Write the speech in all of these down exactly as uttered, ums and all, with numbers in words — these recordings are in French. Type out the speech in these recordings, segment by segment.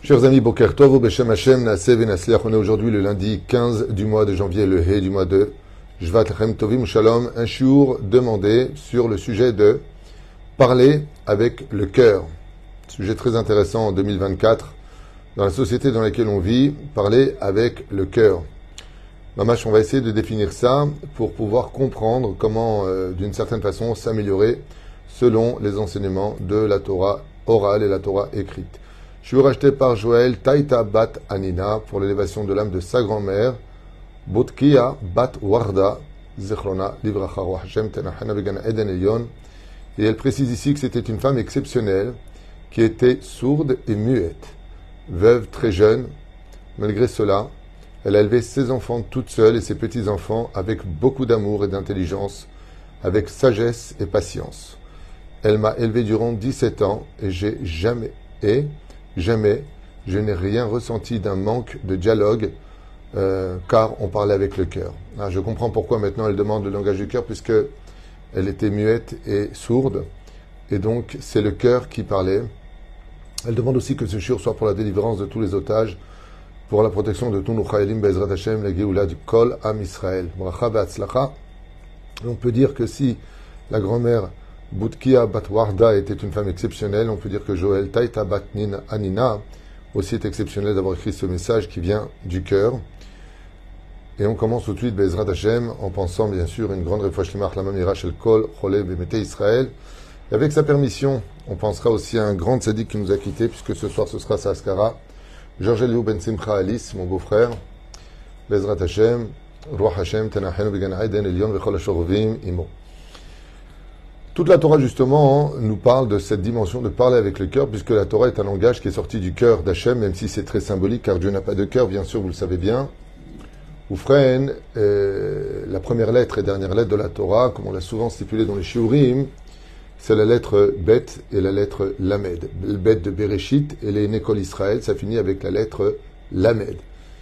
Chers amis, Boker Tov, Beshem Hashem, Naaseh Venasliach. On est aujourd'hui le lundi quinze du mois de janvier, le He du mois de Shvat Lechem Tovim Shalom. Un shiur demandé sur le sujet de parler avec le cœur. Sujet très intéressant en deux mille vingt-quatre. Dans la société dans laquelle on vit, parler avec le cœur. Mamash, on va essayer de définir ça pour pouvoir comprendre comment, euh, d'une certaine façon, s'améliorer selon les enseignements de la Torah orale et la Torah écrite. Je suis racheté par Joël Taïta Bat Anina pour l'élévation de l'âme de sa grand-mère, Botkia Bat Warda, Zechrona, Livracha Roh Hashem, Tenachana Began Eden Elyon. Et elle précise ici que c'était une femme exceptionnelle qui était sourde et muette, veuve très jeune. Malgré cela, elle a élevé ses enfants toute seule et ses petits-enfants avec beaucoup d'amour et d'intelligence, avec sagesse et patience. Elle m'a élevé durant dix-sept ans et j'ai jamais, et jamais, je n'ai rien ressenti d'un manque de dialogue, euh, car on parlait avec le cœur. Ah, je comprends pourquoi maintenant elle demande le langage du cœur, puisque elle était muette et sourde, et donc c'est le cœur qui parlait. Elle demande aussi que ce shiur soit pour la délivrance de tous les otages, pour la protection de tous nos chayalim, Be'ezrat Hashem, la Géoula du Kol Am Israël. Bracha ve'atzlacha. On peut dire que si la grand-mère Butkia Bat Warda était une femme exceptionnelle, on peut dire que Joël Taïta Bat Anina aussi est exceptionnel d'avoir écrit ce message qui vient du cœur. Et on commence tout de suite Be'ezrat Hashem en pensant bien sûr une grande refouach limach la mamira shel kol cholé b'mete Israël. Et avec sa permission, on pensera aussi à un grand tzaddik qui nous a quittés, puisque ce soir ce sera sa askara. Georges Eliou Ben Simcha Alice, mon beau-frère. Be'ezrat Hashem, Roh Hashem, Tenachenu Began Eden Elyon V'chol HaShorovim Imo. Toute la Torah, justement, nous parle de cette dimension de parler avec le cœur, puisque la Torah est un langage qui est sorti du cœur d'Hachem, même si c'est très symbolique, car Dieu n'a pas de cœur, bien sûr, vous le savez bien. Oufren, euh, la première lettre et dernière lettre de la Torah, comme on l'a souvent stipulé dans les Shiurim, c'est la lettre Bet et la lettre Lamed. Le Bet de Bereshit et les Nekol Israël, ça finit avec la lettre Lamed,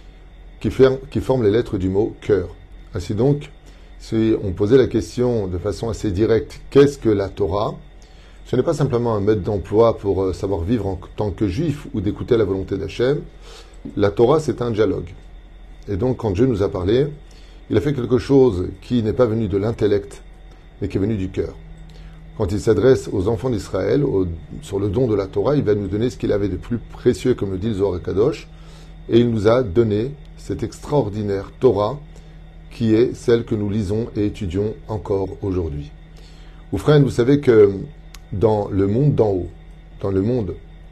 qui, ferme, qui forme les lettres du mot cœur. Ainsi donc, si on posait la question de façon assez directe, qu'est-ce que la Torah? Ce n'est pas simplement un mode d'emploi pour savoir vivre en tant que juif ou d'écouter la volonté d'Hachem. La Torah, c'est un dialogue. Et donc, quand Dieu nous a parlé, il a fait quelque chose qui n'est pas venu de l'intellect, mais qui est venu du cœur. Quand il s'adresse aux enfants d'Israël, au, sur le don de la Torah, il va nous donner ce qu'il avait de plus précieux, comme le dit le Zohar Kadosh, et il nous a donné cette extraordinaire Torah, qui est celle que nous lisons et étudions encore aujourd'hui. Oufren, vous savez que dans le monde d'en haut, dans le monde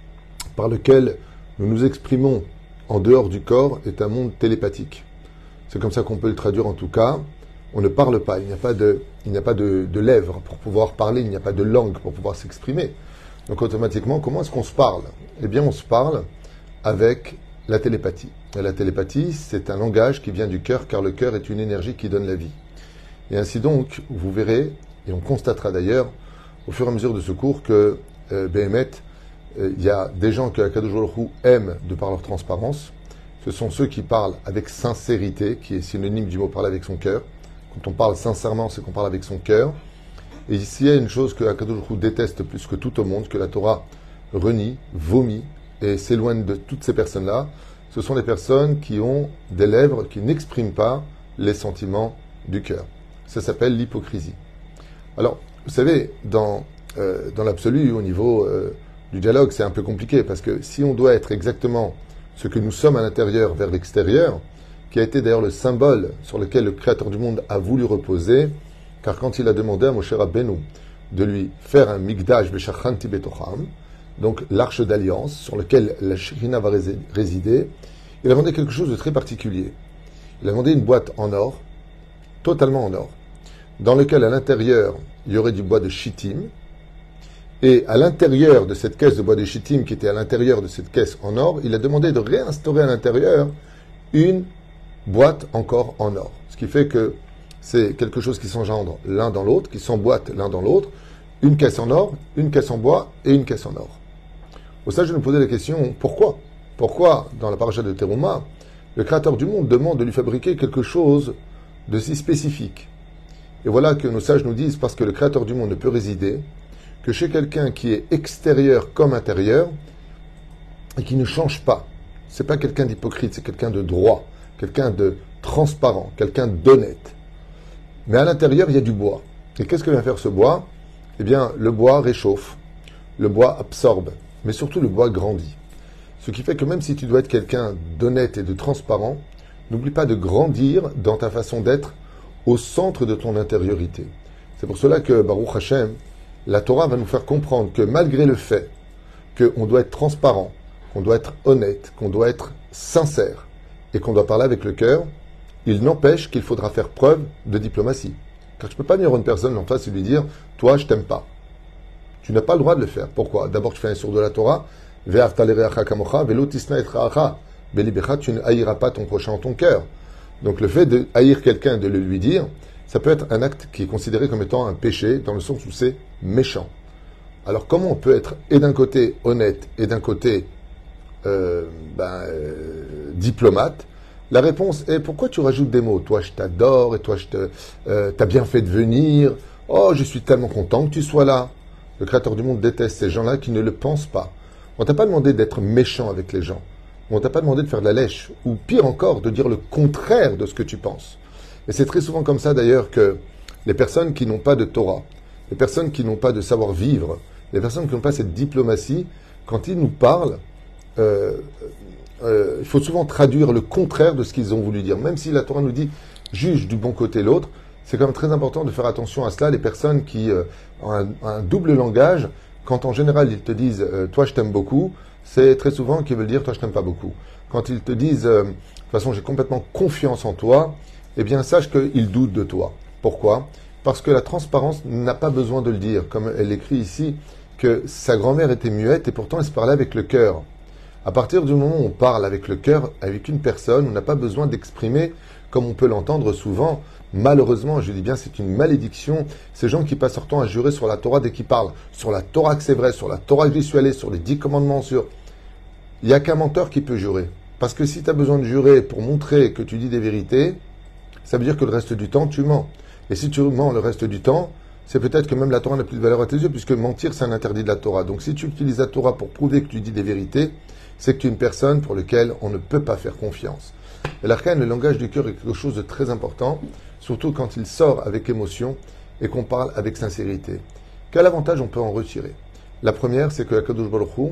par lequel nous nous exprimons en dehors du corps, est un monde télépathique. C'est comme ça qu'on peut le traduire en tout cas. On ne parle pas, il n'y a pas de, il n'y a pas de, de lèvres pour pouvoir parler, il n'y a pas de langue pour pouvoir s'exprimer. Donc automatiquement, comment est-ce qu'on se parle? Eh bien, on se parle avec la télépathie. Et la télépathie, c'est un langage qui vient du cœur, car le cœur est une énergie qui donne la vie. Et ainsi donc, vous verrez, et on constatera d'ailleurs, au fur et à mesure de ce cours, que euh, Béhémet, euh, il y a des gens que Akadosh Baruch Hu aime de par leur transparence. Ce sont ceux qui parlent avec sincérité, qui est synonyme du mot parler avec son cœur. Quand on parle sincèrement, c'est qu'on parle avec son cœur. Et ici, il y a une chose que Akadosh Baruch Hu déteste plus que tout au monde, que la Torah renie, vomit et s'éloigne de toutes ces personnes-là. Ce sont les personnes qui ont des lèvres qui n'expriment pas les sentiments du cœur. Ça s'appelle l'hypocrisie. Alors, vous savez, dans, euh, dans l'absolu, au niveau euh, du dialogue, c'est un peu compliqué, parce que si on doit être exactement ce que nous sommes à l'intérieur vers l'extérieur, qui a été d'ailleurs le symbole sur lequel le Créateur du monde a voulu reposer, car quand il a demandé à Moshe Rabbeinu de lui faire un Mikdash Beshachanti Betocham, donc l'arche d'alliance sur laquelle la Shekhinah va résider, il a demandé quelque chose de très particulier. Il a demandé une boîte en or, totalement en or, dans lequel à l'intérieur il y aurait du bois de chittim, et à l'intérieur de cette caisse de bois de chittim qui était à l'intérieur de cette caisse en or, il a demandé de réinstaurer à l'intérieur une boîte encore en or. Ce qui fait que c'est quelque chose qui s'engendre l'un dans l'autre, qui s'emboîte l'un dans l'autre, une caisse en or, une caisse en bois et une caisse en or. Au ça, je me posais la question, pourquoi Pourquoi, dans la paracha de Teruma, le Créateur du monde demande de lui fabriquer quelque chose de si spécifique? Et voilà que nos sages nous disent, parce que le Créateur du monde ne peut résider que chez quelqu'un qui est extérieur comme intérieur, et qui ne change pas. C'est pas quelqu'un d'hypocrite, c'est quelqu'un de droit, quelqu'un de transparent, quelqu'un d'honnête. Mais à l'intérieur, il y a du bois. Et qu'est-ce que vient faire ce bois? Eh bien, le bois réchauffe, le bois absorbe, mais surtout le bois grandit. Ce qui fait que même si tu dois être quelqu'un d'honnête et de transparent, n'oublie pas de grandir dans ta façon d'être au centre de ton intériorité. C'est pour cela que, Baruch Hashem, la Torah va nous faire comprendre que malgré le fait qu'on doit être transparent, qu'on doit être honnête, qu'on doit être sincère et qu'on doit parler avec le cœur, il n'empêche qu'il faudra faire preuve de diplomatie. Car tu ne peux pas venir à une personne en face et lui dire « Toi, je t'aime pas ». Tu n'as pas le droit de le faire. Pourquoi? D'abord, tu fais un sourd de la Torah. « Ve'avta l'ereacha kamocha, ve'lo tisna et ra'acha ». Belibecha, tu ne haïras pas ton prochain en ton cœur. Donc le fait de haïr quelqu'un, de le lui dire, ça peut être un acte qui est considéré comme étant un péché, dans le sens où c'est méchant. Alors comment on peut être et d'un côté honnête et d'un côté euh, ben, euh, diplomate? La réponse est, pourquoi tu rajoutes des mots? Toi, je t'adore, et toi, je te, euh, t'as bien fait de venir. Oh, je suis tellement content que tu sois là. Le Créateur du monde déteste ces gens-là qui ne le pensent pas. On t'a pas demandé d'être méchant avec les gens. On t'a pas demandé de faire de la lèche. Ou pire encore, de dire le contraire de ce que tu penses. Et c'est très souvent comme ça, d'ailleurs, que les personnes qui n'ont pas de Torah, les personnes qui n'ont pas de savoir-vivre, les personnes qui n'ont pas cette diplomatie, quand ils nous parlent, euh, Euh, il faut souvent traduire le contraire de ce qu'ils ont voulu dire. Même si la Torah nous dit « juge du bon côté l'autre », c'est quand même très important de faire attention à cela. Les personnes qui euh, ont un, un double langage, quand en général ils te disent euh, « toi je t'aime beaucoup », c'est très souvent qu'ils veulent dire « toi je t'aime pas beaucoup ». Quand ils te disent euh, « de toute façon j'ai complètement confiance en toi », eh bien sache qu'ils doutent de toi. Pourquoi? Parce que la transparence n'a pas besoin de le dire. Comme elle écrit ici, que sa grand-mère était muette et pourtant elle se parlait avec le cœur. À partir du moment où on parle avec le cœur, avec une personne, on n'a pas besoin d'exprimer, comme on peut l'entendre souvent, malheureusement, je dis bien, c'est une malédiction, ces gens qui passent leur temps à jurer sur la Torah dès qu'ils parlent, sur la Torah que c'est vrai, sur la Torah que j'y suis allé, sur les dix commandements, sur... Il n'y a qu'un menteur qui peut jurer. Parce que si tu as besoin de jurer pour montrer que tu dis des vérités, ça veut dire que le reste du temps, tu mens. Et si tu mens le reste du temps, c'est peut-être que même la Torah n'a plus de valeur à tes yeux, puisque mentir, c'est un interdit de la Torah. Donc si tu utilises la Torah pour prouver que tu dis des vérités, c'est que tu es une personne pour laquelle on ne peut pas faire confiance. Et l'arcane, le langage du cœur est quelque chose de très important, surtout quand il sort avec émotion et qu'on parle avec sincérité. Quel avantage on peut en retirer? La première, c'est que Akadosh Baruch Hu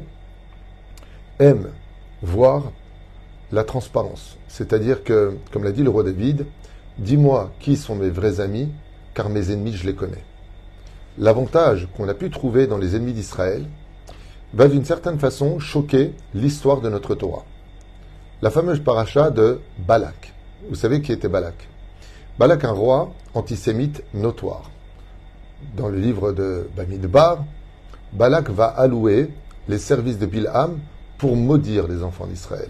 aime voir la transparence. C'est-à-dire que, comme l'a dit le roi David, « Dis-moi qui sont mes vrais amis, car mes ennemis, je les connais. » L'avantage qu'on a pu trouver dans les ennemis d'Israël va d'une certaine façon choquer l'histoire de notre Torah. La fameuse paracha de Balak. Vous savez qui était Balak? Balak, un roi antisémite notoire. Dans le livre de Bamidbar, Balak va allouer les services de Bilham pour maudire les enfants d'Israël.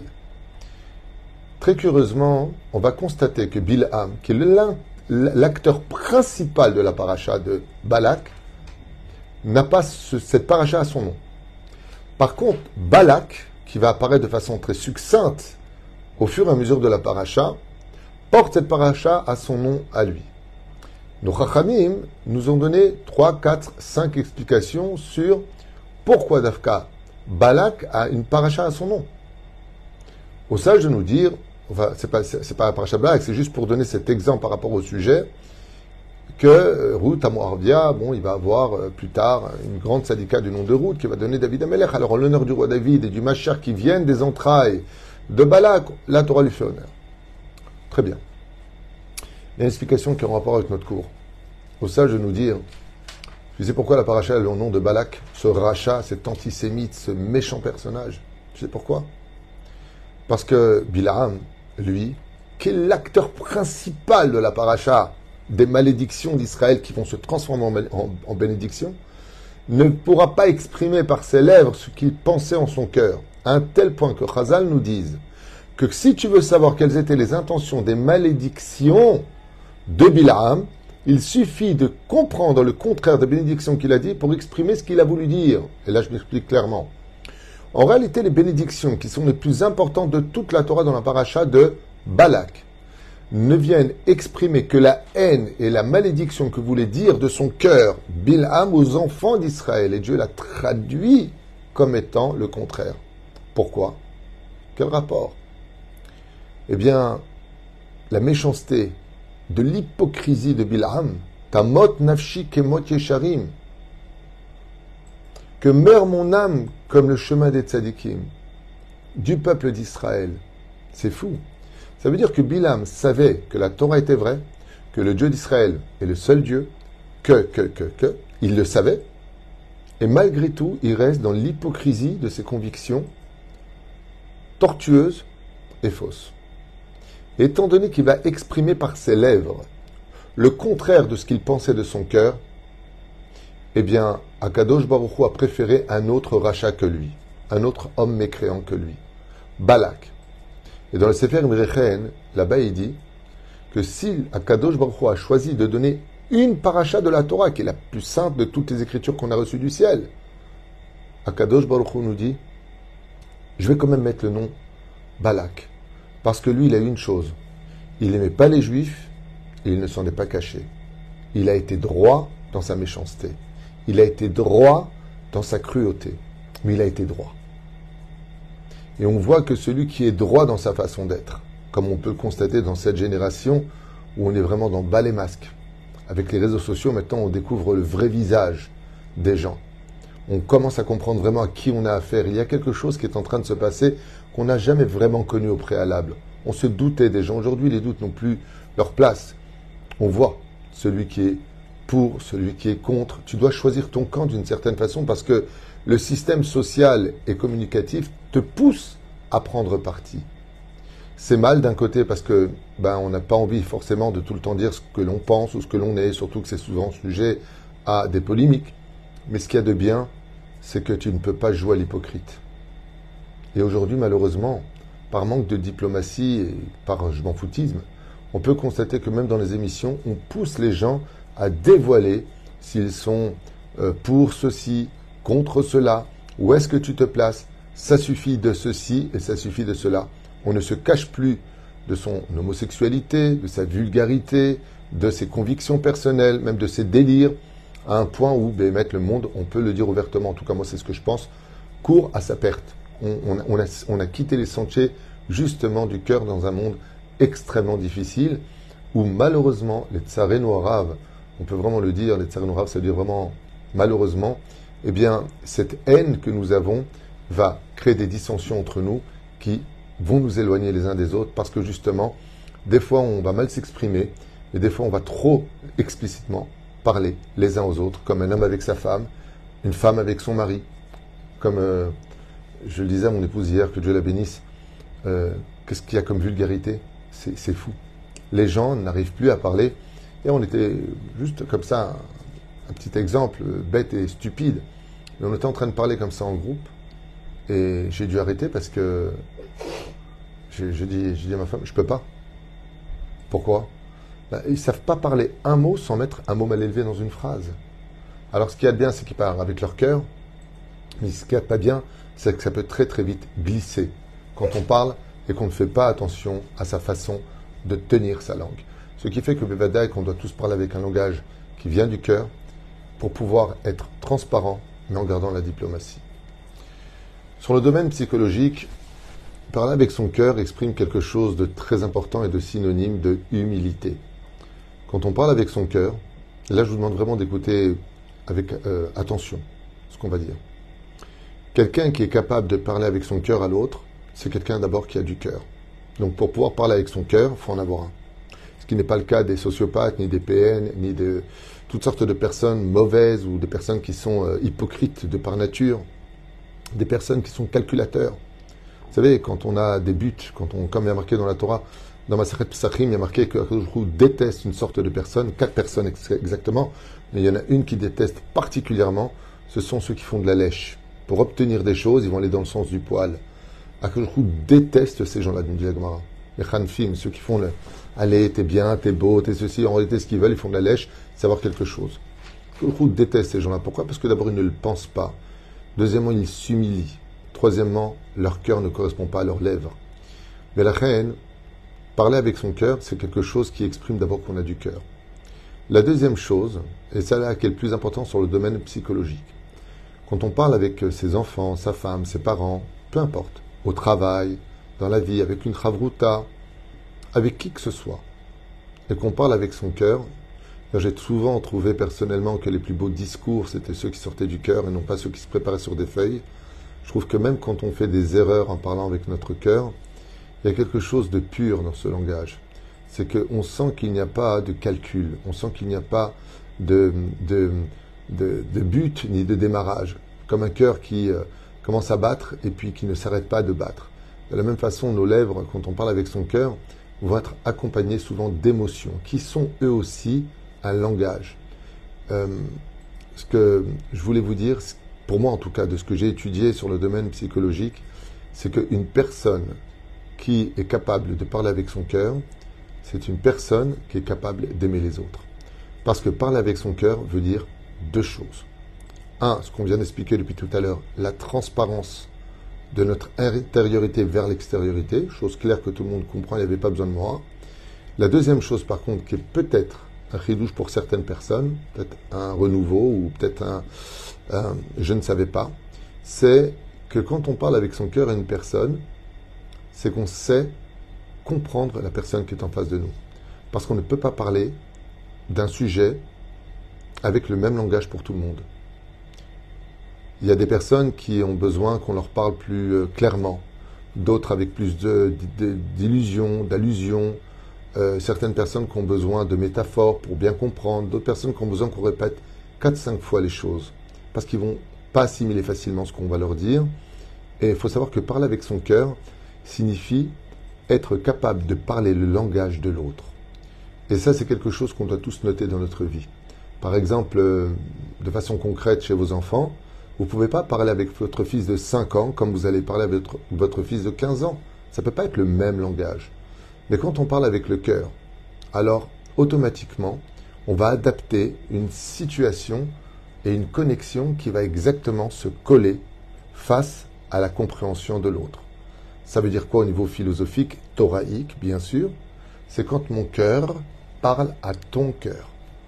Très curieusement, on va constater que Bilham, qui est l'acteur principal de la paracha de Balak, n'a pas ce, cette paracha à son nom. Par contre, Balak, qui va apparaître de façon très succincte au fur et à mesure de la paracha, porte cette paracha à son nom à lui. Nos Chachamim nous ont donné trois, quatre, cinq explications sur pourquoi Dafka Balak a une paracha à son nom. Au sage de nous dire, enfin, c'est pas, c'est pas la paracha Balak, c'est juste pour donner cet exemple par rapport au sujet, que Ruth Amoarvia, bon, il va avoir euh, plus tard une grande syndicat du nom de Ruth qui va donner David Amelech. Alors en l'honneur du roi David et du Mashiach qui viennent des entrailles de Balak, la Torah lui fait honneur. Très bien. Il y a une explication qui est en rapport avec notre cours. Au sage de nous dire, tu sais pourquoi la paracha est le nom de Balak, ce rachat, cet antisémite, ce méchant personnage? Tu sais pourquoi? Parce que Bilham, lui, qui est l'acteur principal de la paracha, des malédictions d'Israël qui vont se transformer en, en, en bénédiction, ne pourra pas exprimer par ses lèvres ce qu'il pensait en son cœur, à un tel point que Chazal nous dise que si tu veux savoir quelles étaient les intentions des malédictions de Bilham, il suffit de comprendre le contraire des bénédictions qu'il a dit pour exprimer ce qu'il a voulu dire. Et là, je m'explique clairement. En réalité, les bénédictions qui sont les plus importantes de toute la Torah dans la paracha de Balak ne viennent exprimer que la haine et la malédiction que voulait dire de son cœur Bilham aux enfants d'Israël. Et Dieu l'a traduit comme étant le contraire. Pourquoi? Quel rapport? Eh bien, la méchanceté, de l'hypocrisie de Bilham, Tamot nafshi kemot yesharim, que meurt mon âme comme le chemin des tzadikim, du peuple d'Israël. C'est fou. Ça veut dire que Bilham savait que la Torah était vraie, que le Dieu d'Israël est le seul Dieu, que, que, que, que, il le savait, et malgré tout, il reste dans l'hypocrisie de ses convictions tortueuses et fausses. Et étant donné qu'il va exprimer par ses lèvres le contraire de ce qu'il pensait de son cœur, eh bien, Akadosh Baruch Hu a préféré un autre rachat que lui, un autre homme mécréant que lui, Balak. Et dans le Sefer Mrechen, là-bas, il dit que si Akadosh Baruch Hu a choisi de donner une paracha de la Torah, qui est la plus simple de toutes les écritures qu'on a reçues du ciel, Akadosh Baruch Hu nous dit, je vais quand même mettre le nom Balak, parce que lui, il a une chose, il n'aimait pas les Juifs, et il ne s'en est pas caché. Il a été droit dans sa méchanceté. Il a été droit dans sa cruauté. Mais il a été droit. Et on voit que celui qui est droit dans sa façon d'être, comme on peut le constater dans cette génération où on est vraiment dans bas les masques. Avec les réseaux sociaux, maintenant, on découvre le vrai visage des gens. On commence à comprendre vraiment à qui on a affaire. Il y a quelque chose qui est en train de se passer qu'on n'a jamais vraiment connu au préalable. On se doutait des gens. Aujourd'hui, les doutes n'ont plus leur place. On voit celui qui est pour, celui qui est contre. Tu dois choisir ton camp d'une certaine façon parce que le système social et communicatif te pousse à prendre parti. C'est mal d'un côté parce que ben, on n'a pas envie forcément de tout le temps dire ce que l'on pense ou ce que l'on est, surtout que c'est souvent sujet à des polémiques. Mais ce qu'il y a de bien, c'est que tu ne peux pas jouer à l'hypocrite. Et aujourd'hui, malheureusement, par manque de diplomatie et par je m'en foutisme, on peut constater que même dans les émissions, on pousse les gens à dévoiler s'ils sont euh, pour ceci, contre cela, où est-ce que tu te places, ça suffit de ceci et ça suffit de cela. On ne se cache plus de son homosexualité, de sa vulgarité, de ses convictions personnelles, même de ses délires, à un point où, ben, mettre le monde, on peut le dire ouvertement, en tout cas moi c'est ce que je pense, court à sa perte. On, on, on, a, on a quitté les sentiers justement du cœur dans un monde extrêmement difficile, où malheureusement, les tsarenu araves, on peut vraiment le dire, les tsarenu araves, ça veut dire vraiment malheureusement, eh bien, cette haine que nous avons va créer des dissensions entre nous qui vont nous éloigner les uns des autres, parce que justement, des fois on va mal s'exprimer, et des fois on va trop explicitement parler les uns aux autres, comme un homme avec sa femme, une femme avec son mari, comme euh, je le disais à mon épouse hier, que Dieu la bénisse, euh, qu'est-ce qu'il y a comme vulgarité? C'est, c'est fou. Les gens n'arrivent plus à parler. Et on était juste comme ça, un, un petit exemple bête et stupide. Mais on était en train de parler comme ça en groupe. Et j'ai dû arrêter parce que j'ai, j'ai, dit, j'ai dit à ma femme, je peux pas. Pourquoi? Ben, ils ne savent pas parler un mot sans mettre un mot mal élevé dans une phrase. Alors ce qu'il y a de bien, c'est qu'ils parlent avec leur cœur. Mais ce qu'il n'y a pas bien, c'est que ça peut très très vite glisser quand on parle et qu'on ne fait pas attention à sa façon de tenir sa langue. Ce qui fait que Bevadaï, qu'on doit tous parler avec un langage qui vient du cœur pour pouvoir être transparent, mais en gardant la diplomatie. Sur le domaine psychologique, parler avec son cœur exprime quelque chose de très important et de synonyme de humilité. Quand on parle avec son cœur, là je vous demande vraiment d'écouter avec euh, attention ce qu'on va dire. Quelqu'un qui est capable de parler avec son cœur à l'autre, c'est quelqu'un d'abord qui a du cœur. Donc pour pouvoir parler avec son cœur, il faut en avoir un. Ce qui n'est pas le cas des sociopathes, ni des P N, ni de toutes sortes de personnes mauvaises ou des personnes qui sont euh, hypocrites de par nature, des personnes qui sont calculateurs. Vous savez, quand on a des buts, quand on, comme il y a marqué dans la Torah, dans Masechet Pesachim, il y a marqué que Akadosh Baruch Hu déteste une sorte de personnes, quatre personnes exactement, mais il y en a une qui déteste particulièrement, ce sont ceux qui font de la lèche. Pour obtenir des choses, ils vont aller dans le sens du poil. Akadosh Baruch Hu déteste ces gens-là, nous dit la Gemara. Les Khanfim, ceux qui font le « Allez, t'es bien, t'es beau, t'es ceci », en réalité, ce qu'ils veulent, ils font de la lèche, savoir quelque chose. Akadosh Baruch Hu déteste ces gens-là. Pourquoi? Parce que d'abord, ils ne le pensent pas. Deuxièmement, ils s'humilient. Troisièmement, leur cœur ne correspond pas à leurs lèvres. Mais la reine, parler avec son cœur, c'est quelque chose qui exprime d'abord qu'on a du cœur. La deuxième chose, et celle-là qui est le plus important sur le domaine psychologique, quand on parle avec ses enfants, sa femme, ses parents, peu importe, au travail, dans la vie, avec une chavruta, avec qui que ce soit, et qu'on parle avec son cœur. J'ai souvent trouvé personnellement que les plus beaux discours, c'était ceux qui sortaient du cœur et non pas ceux qui se préparaient sur des feuilles. Je trouve que même quand on fait des erreurs en parlant avec notre cœur, il y a quelque chose de pur dans ce langage. C'est qu'on sent qu'il n'y a pas de calcul, on sent qu'il n'y a pas de, de, de, de but ni de démarrage. Comme un cœur qui euh, commence à battre et puis qui ne s'arrête pas de battre. De la même façon, nos lèvres, quand on parle avec son cœur, vont être accompagnées souvent d'émotions, qui sont eux aussi un langage. Euh, ce que je voulais vous dire, pour moi en tout cas, de ce que j'ai étudié sur le domaine psychologique, c'est qu'une personne qui est capable de parler avec son cœur, c'est une personne qui est capable d'aimer les autres. Parce que parler avec son cœur veut dire deux choses. Un, ce qu'on vient d'expliquer depuis tout à l'heure, la transparence de notre intériorité vers l'extériorité, chose claire que tout le monde comprend, il n'y avait pas besoin de moi. La deuxième chose par contre, qui est peut-être un chidouche pour certaines personnes, peut-être un renouveau ou peut-être un, un je ne savais pas, c'est que quand on parle avec son cœur à une personne, c'est qu'on sait comprendre la personne qui est en face de nous. Parce qu'on ne peut pas parler d'un sujet avec le même langage pour tout le monde. Il y a des personnes qui ont besoin qu'on leur parle plus clairement, d'autres avec plus de, de, d'illusions, d'allusions, euh, certaines personnes qui ont besoin de métaphores pour bien comprendre, d'autres personnes qui ont besoin qu'on répète quatre cinq fois les choses, parce qu'ils ne vont pas assimiler facilement ce qu'on va leur dire. Et il faut savoir que parler avec son cœur signifie être capable de parler le langage de l'autre. Et ça, c'est quelque chose qu'on doit tous noter dans notre vie. Par exemple, euh, de façon concrète chez vos enfants, vous ne pouvez pas parler avec votre fils de cinq ans comme vous allez parler avec votre, votre fils de quinze ans. Ça ne peut pas être le même langage. Mais quand on parle avec le cœur, alors automatiquement, on va adapter une situation et une connexion qui va exactement se coller face à la compréhension de l'autre. Ça veut dire quoi au niveau philosophique, thoraïque, bien sûr? C'est quand mon cœur parle à ton cœur.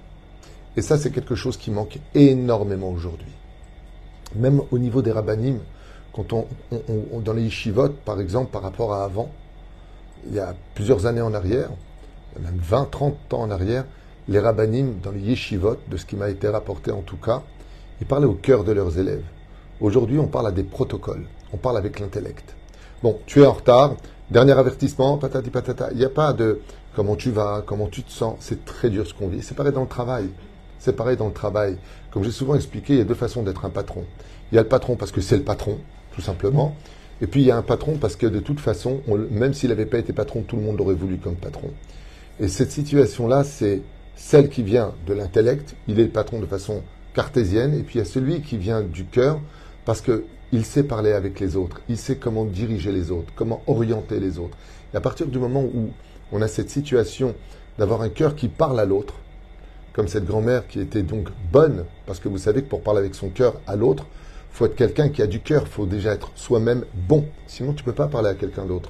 Et ça, c'est quelque chose qui manque énormément aujourd'hui. Même au niveau des rabbanim, quand on, on, on, dans les yeshivot, par exemple, par rapport à avant, il y a plusieurs années en arrière, même vingt, trente ans en arrière, les rabbanim, dans les yeshivot, de ce qui m'a été rapporté en tout cas, ils parlaient au cœur de leurs élèves. Aujourd'hui, on parle à des protocoles, on parle avec l'intellect. Bon, tu es en retard, dernier avertissement, patati patata. Il n'y a pas de comment tu vas, comment tu te sens. C'est très dur ce qu'on vit. C'est pareil dans le travail. C'est pareil dans le travail. Comme j'ai souvent expliqué, il y a deux façons d'être un patron. Il y a le patron parce que c'est le patron, tout simplement. Et puis il y a un patron parce que de toute façon, on, même s'il n'avait pas été patron, tout le monde l'aurait voulu comme patron. Et cette situation-là, c'est celle qui vient de l'intellect. Il est le patron de façon cartésienne. Et puis il y a celui qui vient du cœur parce que il sait parler avec les autres, il sait comment diriger les autres, comment orienter les autres. Et à partir du moment où on a cette situation d'avoir un cœur qui parle à l'autre, comme cette grand-mère qui était donc bonne, parce que vous savez que pour parler avec son cœur à l'autre, il faut être quelqu'un qui a du cœur, il faut déjà être soi-même bon, sinon tu ne peux pas parler à quelqu'un d'autre.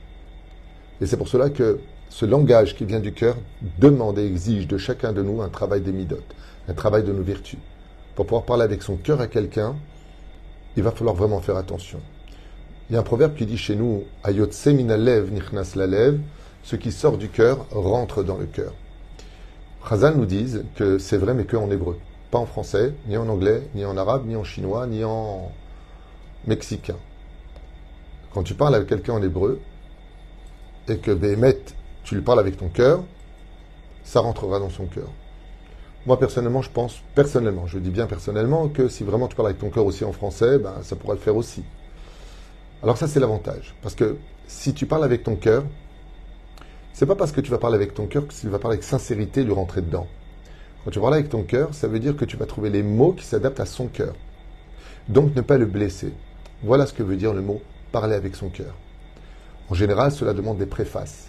Et c'est pour cela que ce langage qui vient du cœur demande et exige de chacun de nous un travail des midotes, un travail de nos vertus. Pour pouvoir parler avec son cœur à quelqu'un, il va falloir vraiment faire attention. Il y a un proverbe qui dit chez nous « Ayotse minalev nichnas lalev » ce qui sort du cœur rentre dans le cœur. Chazal nous disent que c'est vrai, mais qu'en hébreu. Pas en français, ni en anglais, ni en arabe, ni en chinois, ni en mexicain. Quand tu parles avec quelqu'un en hébreu, et que Béhémet, tu lui parles avec ton cœur, ça rentrera dans son cœur. Moi, personnellement, je pense, personnellement, je dis bien personnellement, que si vraiment tu parles avec ton cœur aussi en français, ben, ça pourra le faire aussi. Alors ça, c'est l'avantage. Parce que si tu parles avec ton cœur, c'est pas parce que tu vas parler avec ton cœur que tu vas parler avec sincérité, lui rentrer dedans. Quand tu parles avec ton cœur, ça veut dire que tu vas trouver les mots qui s'adaptent à son cœur. Donc, ne pas le blesser. Voilà ce que veut dire le mot « parler avec son cœur ». En général, cela demande des préfaces.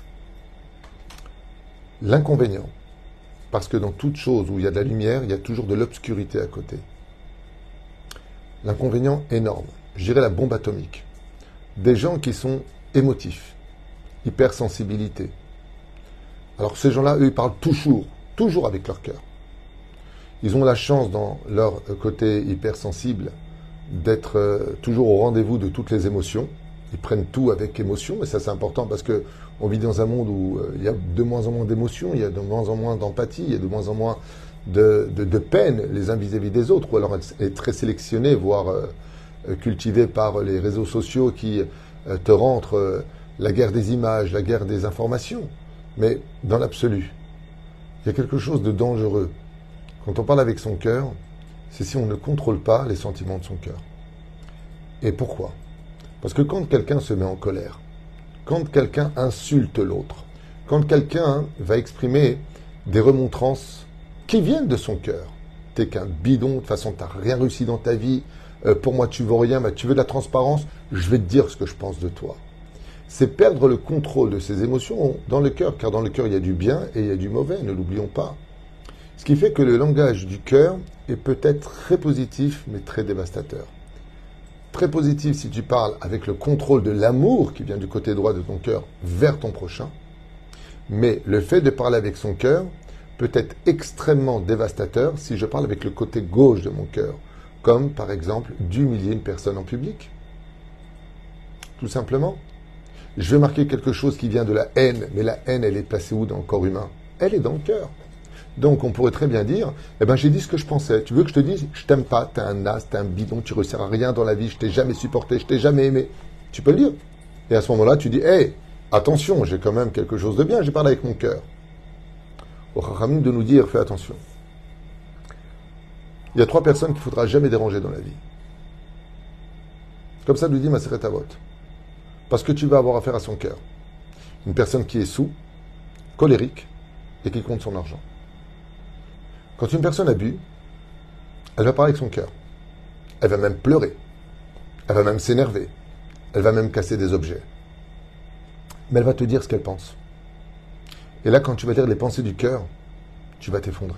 L'inconvénient, parce que dans toute chose où il y a de la lumière, il y a toujours de l'obscurité à côté. L'inconvénient énorme, je dirais la bombe atomique. Des gens qui sont émotifs, hypersensibilité. Alors ces gens-là, eux, ils parlent toujours, toujours avec leur cœur. Ils ont la chance, dans leur côté hypersensible, d'être euh, toujours au rendez-vous de toutes les émotions. ils prennent tout avec émotion, et ça c'est important parce que on vit dans un monde où euh, il y a de moins en moins d'émotions, il y a de moins en moins d'empathie, il y a de moins en moins de, de, de peine les uns vis-à-vis des autres, ou alors elle est très sélectionnée, voire euh, cultivée par les réseaux sociaux qui euh, te rentrent euh, la guerre des images, la guerre des informations. Mais dans l'absolu, il y a quelque chose de dangereux. Quand on parle avec son cœur, c'est si on ne contrôle pas les sentiments de son cœur. Et pourquoi ? Parce que quand quelqu'un se met en colère, quand quelqu'un insulte l'autre, quand quelqu'un va exprimer des remontrances qui viennent de son cœur, t'es qu'un bidon, de toute façon t'as rien réussi dans ta vie, euh, pour moi tu vaux rien, mais tu veux de la transparence, je vais te dire ce que je pense de toi. C'est perdre le contrôle de ses émotions dans le cœur, car dans le cœur il y a du bien et il y a du mauvais, ne l'oublions pas. Ce qui fait que le langage du cœur est peut-être très positif, mais très dévastateur. Très positif si tu parles avec le contrôle de l'amour qui vient du côté droit de ton cœur vers ton prochain. Mais le fait de parler avec son cœur peut être extrêmement dévastateur si je parle avec le côté gauche de mon cœur, comme par exemple d'humilier une personne en public. Tout simplement. Je vais marquer quelque chose qui vient de la haine, mais la haine, elle est placée où dans le corps humain ? Elle est dans le cœur. Donc on pourrait très bien dire, eh ben j'ai dit ce que je pensais. Tu veux que je te dise, je t'aime pas, t'es un as, t'es un bidon, tu ne resserres à rien dans la vie, je t'ai jamais supporté, je t'ai jamais aimé. Tu peux le dire. Et à ce moment-là, tu dis, hé, hey, attention, j'ai quand même quelque chose de bien, j'ai parlé avec mon cœur. Au Chachamim de nous dire, fais attention. Il y a trois personnes qu'il ne faudra jamais déranger dans la vie. Comme ça nous dit Maseret Avot. Parce que tu vas avoir affaire à son cœur. Une personne qui est sous, colérique, et qui compte son argent. Quand une personne a bu, elle va parler avec son cœur. Elle va même pleurer. Elle va même s'énerver. Elle va même casser des objets. Mais elle va te dire ce qu'elle pense. Et là, quand tu vas lire les pensées du cœur, tu vas t'effondrer.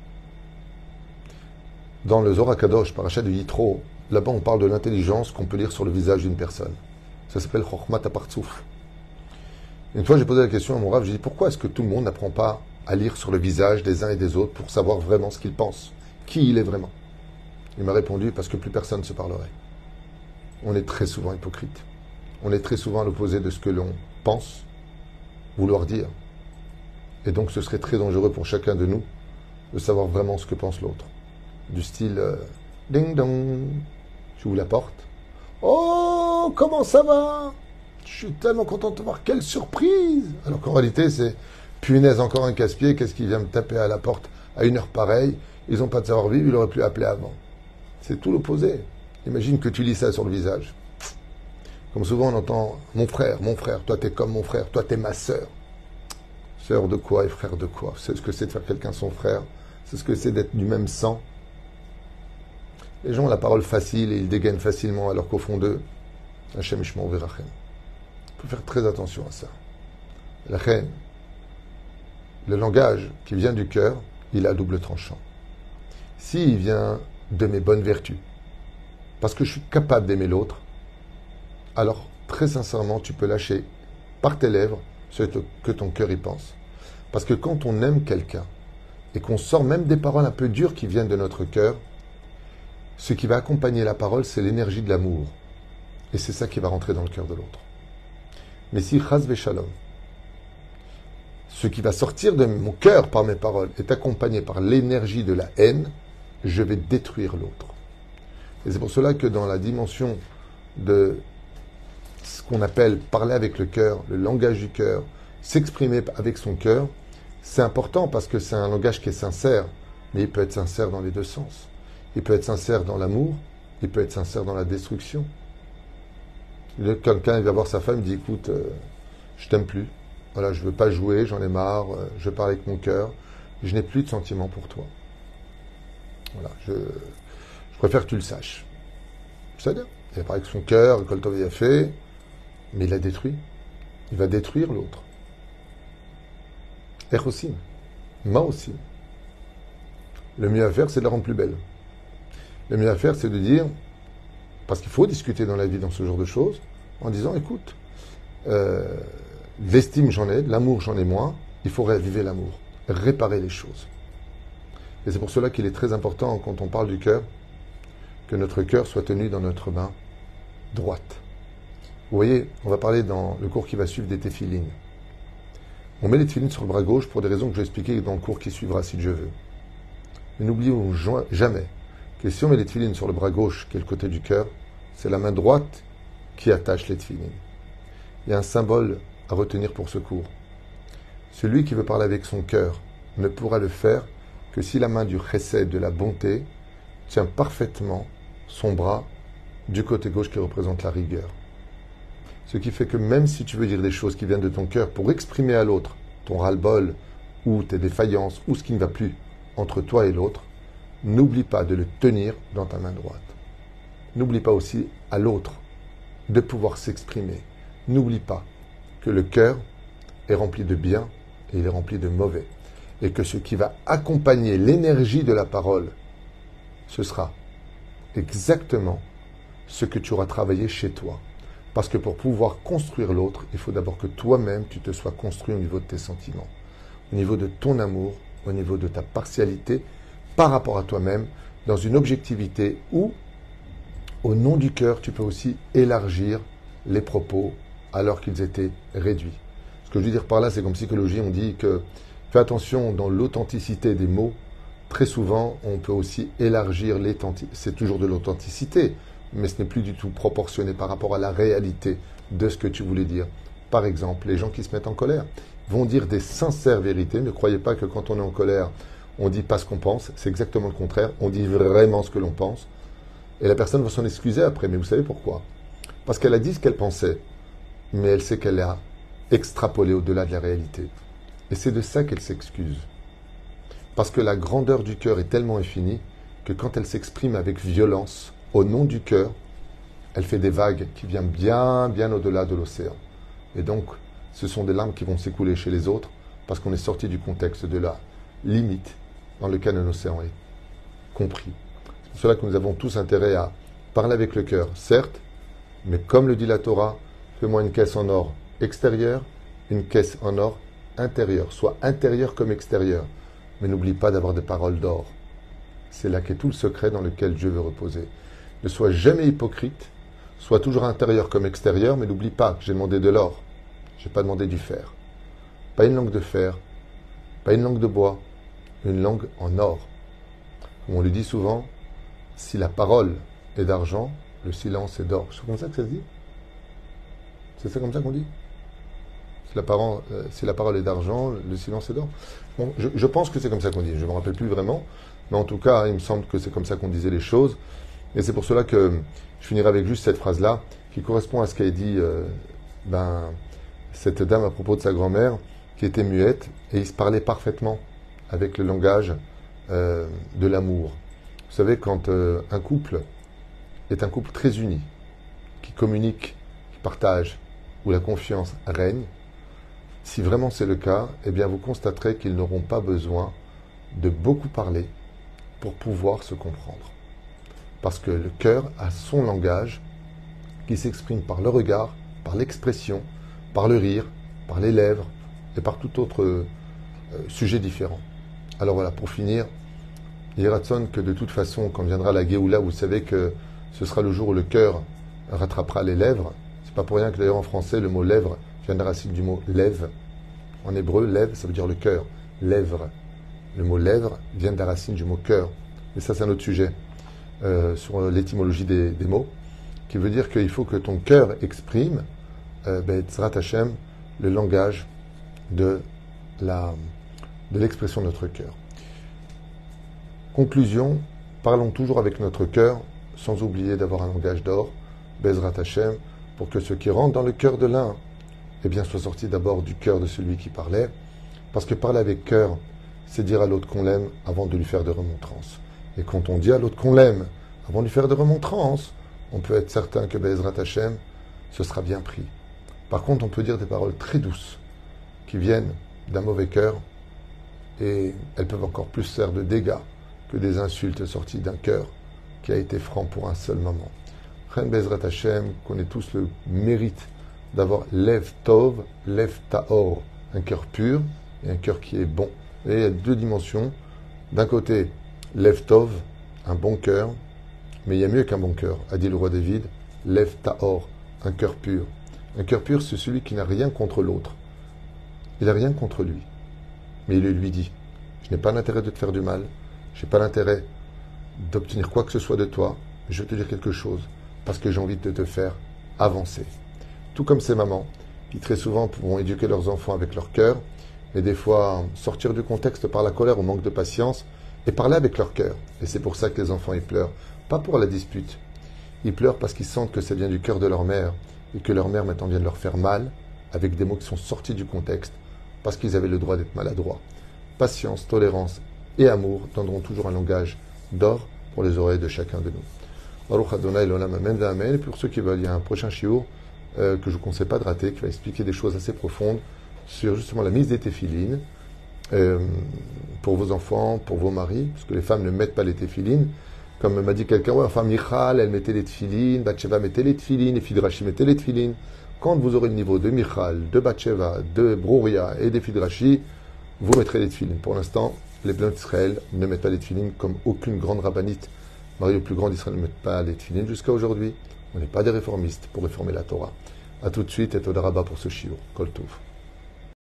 Dans le Zohar Kadosh, parachat du Yitro, là-bas on parle de l'intelligence qu'on peut lire sur le visage d'une personne. Ça s'appelle Chokhmat HaPartsouf. Une fois, j'ai posé la question à mon Rav, j'ai dit, pourquoi est-ce que tout le monde n'apprend pas à lire sur le visage des uns et des autres pour savoir vraiment ce qu'ils pensent, qui il est vraiment ? Il m'a répondu, parce que plus personne ne se parlerait. On est très souvent hypocrite. On est très souvent à l'opposé de ce que l'on pense, vouloir dire. Et donc, ce serait très dangereux pour chacun de nous de savoir vraiment ce que pense l'autre. Du style, euh, ding dong, tu ouvres la porte. Oh, comment ça va ? Je suis tellement content de te voir, quelle surprise ! Alors qu'en réalité, c'est punaise, encore un casse-pied, qu'est-ce qui vient me taper à la porte à une heure pareille ? Ils n'ont pas de savoir-vivre, il aurait pu appeler avant. C'est tout l'opposé. Imagine que tu lis ça sur le visage. Comme souvent on entend, mon frère, mon frère, toi t'es comme mon frère, toi t'es ma sœur. Sœur de quoi et frère de quoi ? C'est ce que c'est de faire quelqu'un son frère, c'est ce que c'est d'être du même sang. Les gens ont la parole facile et ils dégainent facilement, alors qu'au fond d'eux, Hachem Ishmael Virachem. Il faut faire très attention à ça. La reine, le langage qui vient du cœur, il a double tranchant. S'il vient de mes bonnes vertus, parce que je suis capable d'aimer l'autre, alors très sincèrement, tu peux lâcher par tes lèvres ce que ton cœur y pense. Parce que quand on aime quelqu'un et qu'on sort même des paroles un peu dures qui viennent de notre cœur, ce qui va accompagner la parole, c'est l'énergie de l'amour. Et c'est ça qui va rentrer dans le cœur de l'autre. Mais si chas v'shalom, ce qui va sortir de mon cœur par mes paroles est accompagné par l'énergie de la haine, je vais détruire l'autre. Et c'est pour cela que dans la dimension de ce qu'on appelle parler avec le cœur, le langage du cœur, s'exprimer avec son cœur, c'est important parce que c'est un langage qui est sincère, mais il peut être sincère dans les deux sens. Il peut être sincère dans l'amour, il peut être sincère dans la destruction. Quelqu'un vient voir sa femme, il dit, écoute, euh, je t'aime plus, voilà, je veux pas jouer, j'en ai marre, euh, je parle avec mon cœur, je n'ai plus de sentiments pour toi. Voilà, je, je préfère que tu le saches. C'est-à-dire, il a parlé avec son cœur, Kol Tov Yafé, mais il a détruit. Il va détruire l'autre. Ech aussi, ma aussi. Le mieux à faire, c'est de la rendre plus belle. Le mieux à faire, c'est de dire, parce qu'il faut discuter dans la vie dans ce genre de choses, en disant, écoute, euh, l'estime j'en ai, l'amour j'en ai moins, il faut raviver l'amour, réparer les choses. Et c'est pour cela qu'il est très important, quand on parle du cœur, que notre cœur soit tenu dans notre main droite. Vous voyez, on va parler dans le cours qui va suivre des téphilines. On met les téphilines sur le bras gauche pour des raisons que je vais expliquer dans le cours qui suivra si Dieu veut. Mais n'oublions jamais que si on met les téphilines sur le bras gauche, qui est le côté du cœur, c'est la main droite qui attache les téphilines. Il y a un symbole à retenir pour ce cours. Celui qui veut parler avec son cœur ne pourra le faire que si la main du chesed, de la bonté, tient parfaitement son bras du côté gauche qui représente la rigueur. Ce qui fait que même si tu veux dire des choses qui viennent de ton cœur pour exprimer à l'autre ton ras-le-bol ou tes défaillances ou ce qui ne va plus entre toi et l'autre, n'oublie pas de le tenir dans ta main droite. N'oublie pas aussi à l'autre de pouvoir s'exprimer. N'oublie pas que le cœur est rempli de bien et il est rempli de mauvais. Et que ce qui va accompagner l'énergie de la parole, ce sera exactement ce que tu auras travaillé chez toi. Parce que pour pouvoir construire l'autre, il faut d'abord que toi-même, tu te sois construit au niveau de tes sentiments, au niveau de ton amour, au niveau de ta partialité, par rapport à toi-même, dans une objectivité où, au nom du cœur, tu peux aussi élargir les propos alors qu'ils étaient réduits. Ce que je veux dire par là, c'est qu'en psychologie, on dit que fais attention dans l'authenticité des mots. Très souvent, on peut aussi élargir l'authenticité. C'est toujours de l'authenticité, mais ce n'est plus du tout proportionné par rapport à la réalité de ce que tu voulais dire. Par exemple, les gens qui se mettent en colère vont dire des sincères vérités. Ne croyez pas que quand on est en colère, on dit pas ce qu'on pense. C'est exactement le contraire. On dit vraiment ce que l'on pense. Et la personne va s'en excuser après. Mais vous savez pourquoi? Parce qu'elle a dit ce qu'elle pensait, mais elle sait qu'elle a extrapolé au-delà de la réalité. Et c'est de ça qu'elle s'excuse. Parce que la grandeur du cœur est tellement infinie que quand elle s'exprime avec violence, au nom du cœur, elle fait des vagues qui viennent bien, bien au-delà de l'océan. Et donc, ce sont des larmes qui vont s'écouler chez les autres parce qu'on est sorti du contexte de la limite dans lequel un océan est compris. C'est pour cela que nous avons tous intérêt à parler avec le cœur, certes, mais comme le dit la Torah, fais-moi une caisse en or extérieure, une caisse en or intérieure, soit intérieure comme extérieure. Mais n'oublie pas d'avoir des paroles d'or. C'est là qu'est tout le secret dans lequel Dieu veut reposer. Ne sois jamais hypocrite, sois toujours intérieur comme extérieur, mais n'oublie pas que j'ai demandé de l'or. Je n'ai pas demandé du fer. Pas une langue de fer, pas une langue de bois, une langue en or. Comme on lui dit souvent, si la parole est d'argent, le silence est d'or. C'est comme ça que ça se dit? C'est ça comme ça qu'on dit? Si la parole, euh, si la parole est d'argent, le silence est d'or. Bon, je, je pense que c'est comme ça qu'on dit. Je ne me rappelle plus vraiment. Mais en tout cas, il me semble que c'est comme ça qu'on disait les choses. Et c'est pour cela que je finirai avec juste cette phrase-là, qui correspond à ce qu'a dit euh, ben, cette dame à propos de sa grand-mère, qui était muette, et il se parlait parfaitement avec le langage euh, de l'amour. Vous savez, quand euh, un couple est un couple très uni, qui communique, qui partage, où la confiance règne, si vraiment c'est le cas, eh bien vous constaterez qu'ils n'auront pas besoin de beaucoup parler pour pouvoir se comprendre. Parce que le cœur a son langage qui s'exprime par le regard, par l'expression, par le rire, par les lèvres et par tout autre euh, sujet différent. Alors voilà, pour finir, il ratsonne que de toute façon, quand viendra la Géoula, vous savez que ce sera le jour où le cœur rattrapera les lèvres. C'est pas pour rien que d'ailleurs en français, le mot lèvre vient de la racine du mot lève. En hébreu, lève, ça veut dire le cœur. Lèvre. Le mot lèvre vient de la racine du mot cœur. Mais ça, c'est un autre sujet euh, sur l'étymologie des, des mots, qui veut dire qu'il faut que ton cœur exprime, euh, ben, Tzrat Hashem, le langage de, la, de l'expression de notre cœur. Conclusion, parlons toujours avec notre cœur, sans oublier d'avoir un langage d'or, Bezrat Hashem, pour que ce qui rentre dans le cœur de l'un, eh bien, soit sorti d'abord du cœur de celui qui parlait, parce que parler avec cœur, c'est dire à l'autre qu'on l'aime avant de lui faire de remontrances. Et quand on dit à l'autre qu'on l'aime avant de lui faire de remontrances, on peut être certain que Bezrat Hashem, ce sera bien pris. Par contre, on peut dire des paroles très douces, qui viennent d'un mauvais cœur, et elles peuvent encore plus faire de dégâts que des insultes sorties d'un cœur qui a été franc pour un seul moment. Chen Bezrat Hashem, qu'on ait tous le mérite d'avoir Lev Tov, Lev Taor, un cœur pur et un cœur qui est bon. Et il y a deux dimensions. D'un côté, Lev Tov, un bon cœur, mais il y a mieux qu'un bon cœur, a dit le roi David, Lev Taor, un cœur pur. Un cœur pur, c'est celui qui n'a rien contre l'autre. Il n'a rien contre lui. Mais il le lui dit. Je n'ai pas l'intérêt de te faire du mal. Je n'ai pas l'intérêt d'obtenir quoi que ce soit de toi. Je vais te dire quelque chose. Parce que j'ai envie de te faire avancer. Tout comme ces mamans, qui très souvent pourront éduquer leurs enfants avec leur cœur, mais des fois sortir du contexte par la colère ou manque de patience, et parler avec leur cœur. Et c'est pour ça que les enfants, ils pleurent. Pas pour la dispute. Ils pleurent parce qu'ils sentent que ça vient du cœur de leur mère, et que leur mère maintenant vient de leur faire mal, avec des mots qui sont sortis du contexte, parce qu'ils avaient le droit d'être maladroits. Patience, tolérance et amour donneront toujours un langage d'or pour les oreilles de chacun de nous. Baruch Adonai l'olam amen amen. Et pour ceux qui veulent, il y a un prochain shiur euh, que je ne vous conseille pas de rater, qui va expliquer des choses assez profondes sur justement la mise des téphilines euh, pour vos enfants, pour vos maris, parce que les femmes ne mettent pas les téphilines. Comme m'a dit quelqu'un, ouais, enfin Michal, elle mettait les téphilines, Bathsheba mettait les téphilines, et Fidrashi mettait les téphilines. Quand vous aurez le niveau de Michal, de Bathsheba, de Brouria et des Fidrashi, vous mettrez les téphilines. Pour l'instant, les blancs d'Israël ne mettent pas les téphilines, comme aucune grande rabbinite, mariée au plus grand d'Israël, ne met pas les téphilines jusqu'à aujourd'hui. On n'est pas des réformistes pour réformer la Torah. A tout de suite et Toda Rabba pour ce shiur. Kol Tov.